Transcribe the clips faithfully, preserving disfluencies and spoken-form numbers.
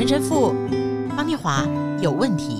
陈神父方念华有问题。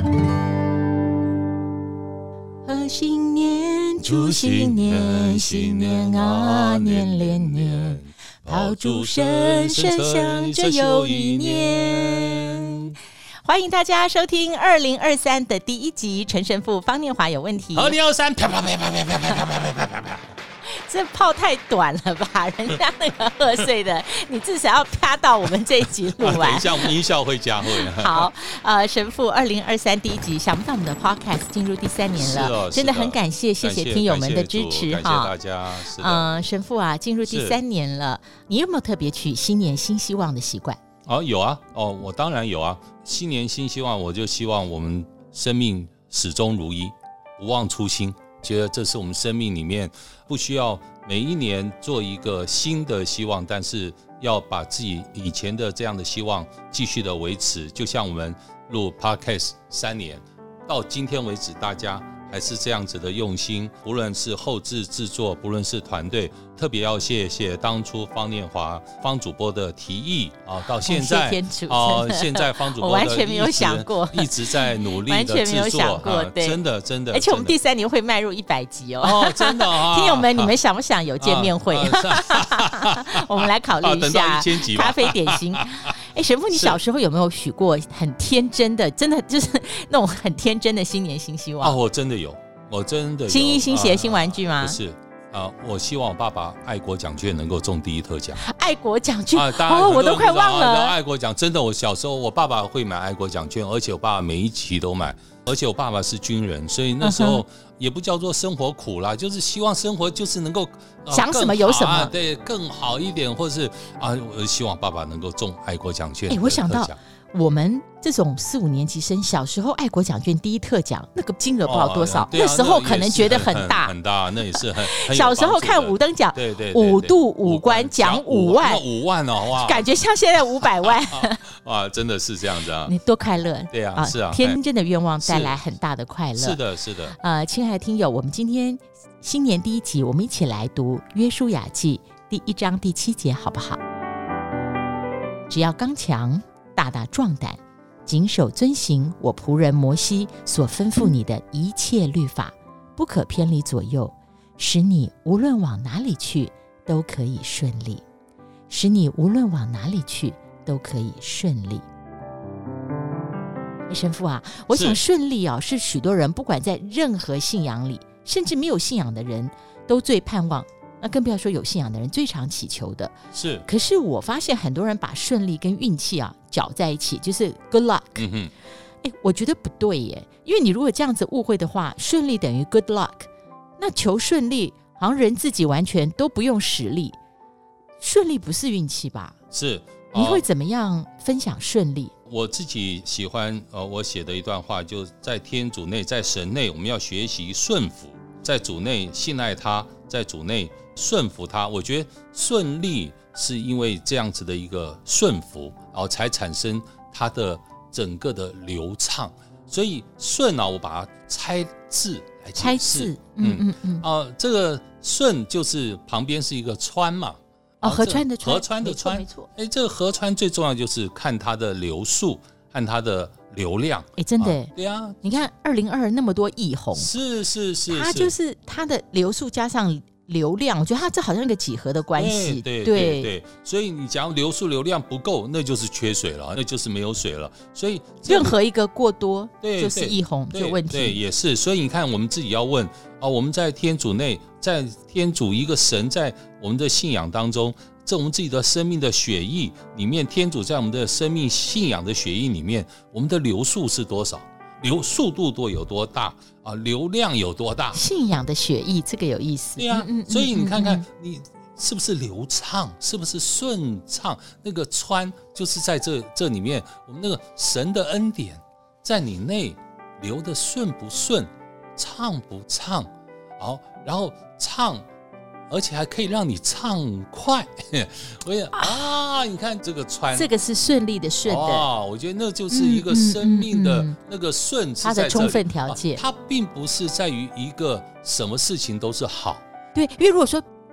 贺新年，祝新年，新年啊年连年，炮竹声声响着又一年。欢迎大家收听二零二三的第一集，陈神父方念华有问题。 二零二三，啪啪啪啪啪啪啪啪啪啪啪啪。 这炮太短了吧？人家那个贺岁的，你至少要啪到我们这一集录完。 啊、等一下，我们音效会加会。 好，呃，神父二零二三第一集，想不到我们的 podcast 进入第三年了， 哦、 真的很感谢，谢谢听友们的支持哈，感谢大家。 嗯、呃，神父啊，进入第三年了，你有没有特别取新年新希望的习惯？ 哦，有啊，哦，我当然有啊。新年新希望，我就希望我们生命始终如一，不忘初心。觉得这是我们生命里面不需要每一年做一个新的希望，但是要把自己以前的这样的希望继续的维持。就像我们录 Podcast 三年到今天为止，大家还是这样子的用心，不论是后制制作，不论是团队，特别要谢谢当初方念华方主播的提议啊，到现在啊， 现在方主播的我完全没有想过， 一直在努力的制作， 完全没有想过，对， 真的真的， 而且我们第三年会迈入一百集哦， 哦，真的啊， 听友们，你们想不想有见面会？ 啊啊、我们来考虑一下，咖啡点心。哎，神父，你小时候有没有许过很天真的，真的就是那种很天真的新年新希望？ 哦，我真的有，我真的有新衣新鞋、啊、新玩具吗？ 不是啊、呃，我希望我爸爸爱国奖券能够中第一特奖。 爱国奖券、 啊、 哦，我都快忘了。 爱国奖真的，我小时候我爸爸会买爱国奖券，而且我爸爸每一期都买，而且我爸爸是军人，所以那时候也不叫做生活苦啦，就是希望生活就是能够、呃、 想什么有什么， 啊、对，更好一点，或是啊，我希望爸爸能够中爱国奖券。 哎，我想到我们这种四五年级生，小时候爱国奖券第一特奖那个金额不知道多少、哦啊、那时候可能觉得很大很, 很大，那也是 很, 很小时候看五等奖， 对 对, 对, 对， 五度五关奖五万， 五万哦，哇， 感觉像现在五百万哇，真的是这样子啊！ 你多快乐， 对啊，是啊， 天真的愿望带来很大的快乐， 是的，是的。 呃，亲爱的听友，我们今天新年第一集，我们一起来读《约书亚记》第一章第七节，好不好？只要刚强，大大壮胆，谨守遵行我仆人摩西所吩咐你的一切律法，不可偏离左右，使你无论往哪里去都可以顺利。使你无论往哪里去都可以顺利。神父啊，我想顺利啊，是许多人不管在任何信仰里，甚至没有信仰的人都最盼望，那更不要说有信仰的人最常祈求的。 是， 可是我发现很多人把顺利跟运气啊搅在一起，就是 good luck。嗯哼，哎，我觉得不对耶，因为你如果这样子误会的话，顺利等于 good luck， 那求顺利好像人自己完全都不用实力，顺利不是运气吧？ 是。 你会怎么样分享顺利？ 我自己喜欢呃，我写的一段话，就在天主内，在神内，我们要学习顺服，在主内信赖他，在主内顺服他。我觉得顺利是因为这样子的一个顺服，然后才产生它的整个的流畅。所以顺啊，我把它拆字来解释， 拆字，嗯嗯嗯， 啊、呃，这个顺就是旁边是一个川嘛。 哦，河川的川， 河川的川， 没错。 哎，这个河川最重要就是看它的流速和它的流量。 哎，真的、 啊，对啊。 你看二零二二那么多亿红， 是是是， 它就是它的流速加上流量，我觉得它这好像一个几何的关系。 对对 对, 对，所以你讲流速流量不够，那就是缺水了，那就是没有水了。所以任何一个过多， 对， 就是溢洪就有问题。 对，也是。所以你看，我们自己要问啊，我们在天主内，在天主一个神在我们的信仰当中，在我们自己的生命的血液里面，天主在我们的生命信仰的血液里面，我们的流速是多少？流速度多有多大啊？流量有多大？ 信仰的血液，这个有意思。 对啊，嗯嗯、所以你看看、嗯、你是不是流畅，是不是顺畅？那个川就是在这这里面，我们那个神的恩典在你内流的顺不顺，畅不畅？好，然后畅。而且还可以让你畅快，我想啊，你看这个川， 这个是顺利的顺的， 哦，我觉得那就是一个生命的那个顺， 它的充分条件、 啊。它并不是在于一个什么事情都是好， 对，因为如果说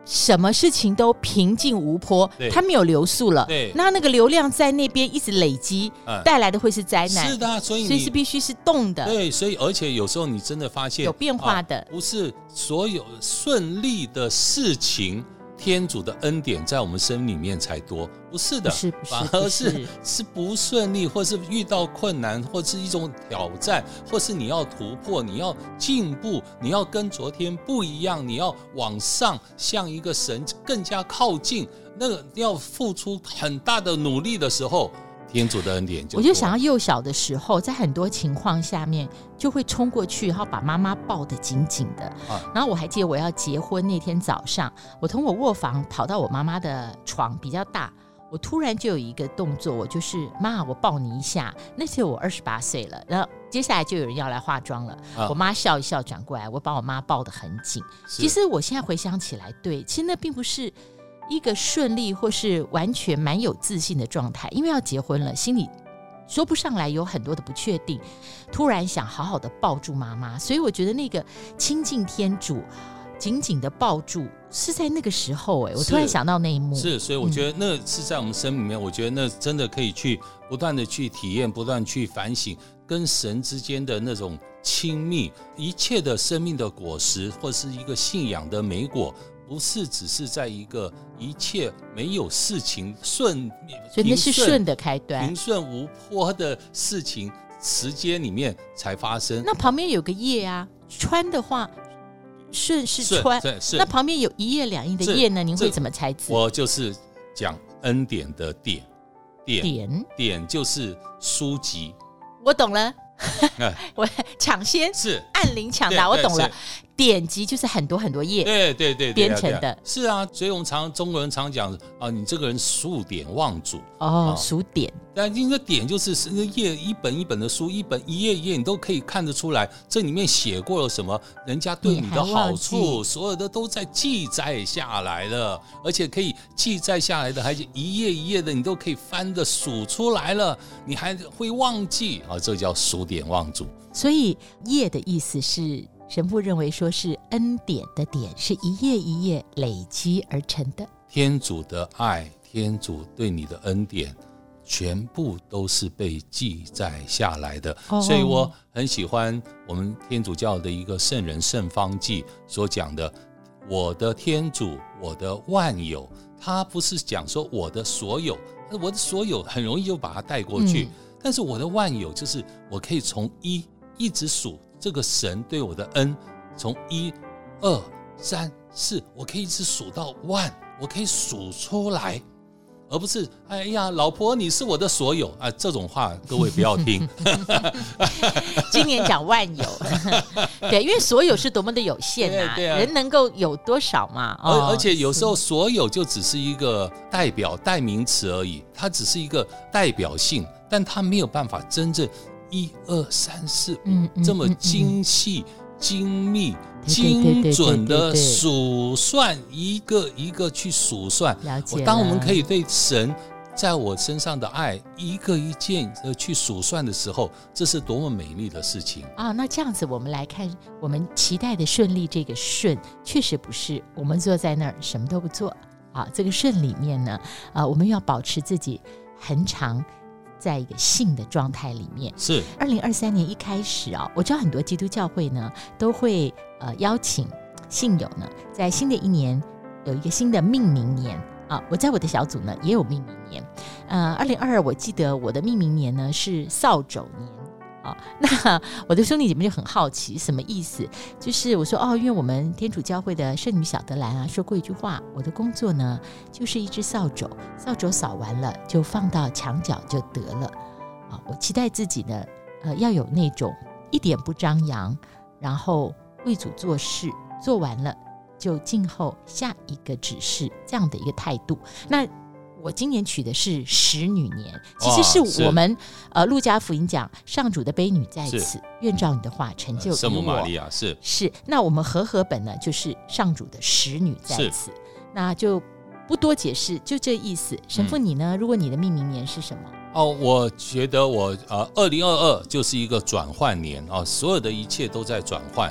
什么事情都平静无波，它没有流速了， 对， 那那个流量在那边一直累积，嗯、带来的会是灾难。 是的，所以所以是必须是动的。 对，所以而且有时候你真的发现有变化的、啊， 不是所有顺利的事情，天主的恩典在我们生命里面才多，不是的， 不是不是反而是是, 是不顺利，或是遇到困难，或是一种挑战，或是你要突破，你要进步，你要跟昨天不一样，你要往上向一个神更加靠近，那个要付出很大的努力的时候，天主的恩典就多。 我就想要幼小的时候，在很多情况下面就会冲过去，然后把妈妈抱得紧紧的、啊、然后我还记得我要结婚那天早上，我从我卧房跑到我妈妈的床比较大，我突然就有一个动作，我就是妈我抱你一下。那时候我二十八岁了，然后接下来就有人要来化妆了、啊、我妈笑一笑转过来，我把我妈抱得很紧。其实我现在回想起来，对，其实那并不是一个顺利或是完全蛮有自信的状态，因为要结婚了，心里说不上来，有很多的不确定，突然想好好的抱住妈妈，所以我觉得那个亲近天主紧紧的抱住是在那个时候、欸、我突然想到那一幕。 是，所以我觉得那是在我们生命里面、嗯、我觉得那真的可以去不断的去体验，不断去反省跟神之间的那种亲密，一切的生命的果实或是一个信仰的美果，不是只是在一个一切没有事情顺， 所以那是顺的开端， 平顺无波的事情时间里面才发生。 那旁边有个叶啊，川的话顺是川，那旁边有一叶两叶的叶呢，您会怎么猜字？ 我就是讲恩典的典， 典典就是书籍。 我懂了我抢先是按铃抢答，我懂了。典籍就是很多很多页， 对对对， 编成的。 是啊，所以我们常中国人常讲啊，你这个人数典忘祖哦，数典。 但那个典就是那页一本一本的书，一本一页一页，你都可以看得出来，这里面写过了什么，人家对你的好处，所有的都在记载下来了，而且可以记载下来的，还是一页一页的，你都可以翻的数出来了，你还会忘记啊？这叫数典忘祖。 所以页的意思是，神父认为说是恩典的典，是一页一页累积而成的。 天主的爱，天主对你的恩典，全部都是被记载下来的、哦、所以我很喜欢我们天主教的一个圣人圣方济所讲的，我的天主，我的万有。他不是讲说我的所有，我的所有很容易就把它带过去、嗯、但是我的万有就是我可以从一一直数这个神对我的恩，从一二三四，我可以一直数到万，我可以数出来，而不是哎呀老婆你是我的所有啊，这种话各位不要听今年讲万有对，因为所有是多么的有限啊，对对啊，人能够有多少嘛、 哦、而, 而且有时候所有就只是一个代表代名词而已，它只是一个代表性，但它没有办法真正一二三四五这么精细、嗯嗯嗯、精密、精准的数算，一个一个去数算。 了解了。 当我们可以对神在我身上的爱一个一件的去数算的时候，这是多么美丽的事情啊！那这样子我们来看，我们期待的顺利，这个顺确实不是我们坐在那儿什么都不做啊。这个顺里面呢，啊，我们要保持自己很长在一个信的状态里面。 是二零二三年一开始啊，我知道很多基督教会呢都会呃邀请信友呢，在新的一年有一个新的命名年啊。我在我的小组呢也有命名年，呃，二零二二我记得我的命名年呢是扫帚年。哦、那我的兄弟姐妹就很好奇什么意思，就是我说哦，因为我们天主教会的圣女小德兰啊说过一句话，我的工作呢就是一只扫帚，扫帚扫完了就放到墙角就得了、哦、我期待自己呢、呃、要有那种一点不张扬，然后为主做事，做完了就静候下一个指示，这样的一个态度。那我今年取的是使女年，其实是我们呃路加福音讲上主的悲女在此，愿照你的话成就于我。 圣母玛利亚是是。那我们和合本呢，就是上主的使女在此，那就不多解释，就这意思。神父你呢？嗯、如果你的命名年是什么？ 哦，我觉得我呃，二零二二就是一个转换年啊，所有的一切都在转换啊。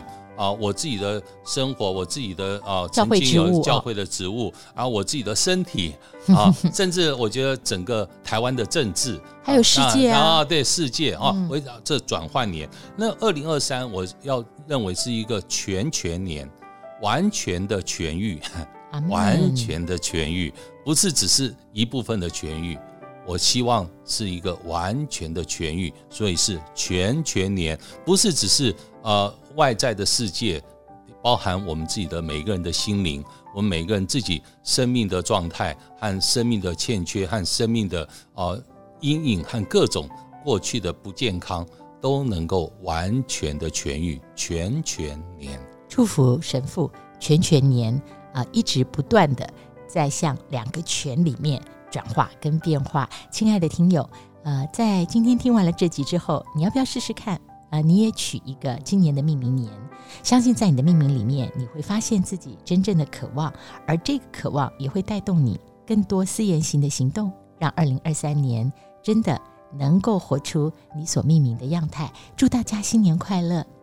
啊、呃、我自己的生活，我自己的啊、呃、 教会职务， 教会的职务，然后我自己的身体啊，甚至我觉得整个台湾的政治， 还有世界啊， 啊对世界啊，围绕这转换年，那二零二三我要认为是一个全全年，完全的痊愈，完全的痊愈，不是只是一部分的痊愈。我希望是一个完全的痊愈，所以是全全年，不是只是呃外在的世界，包含我们自己的每个人的心灵，我们每个人自己生命的状态和生命的欠缺和生命的呃阴影和各种过去的不健康，都能够完全的痊愈，全全年。 祝福神父全全年啊、呃，一直不断的在向两个全里面转化跟变化。亲爱的听友，呃，在今天听完了这集之后，你要不要试试看？呃，你也取一个今年的命名年，相信在你的命名里面，你会发现自己真正的渴望，而这个渴望也会带动你更多思言行的行动，让二零二三年真的能够活出你所命名的样态。祝大家新年快乐！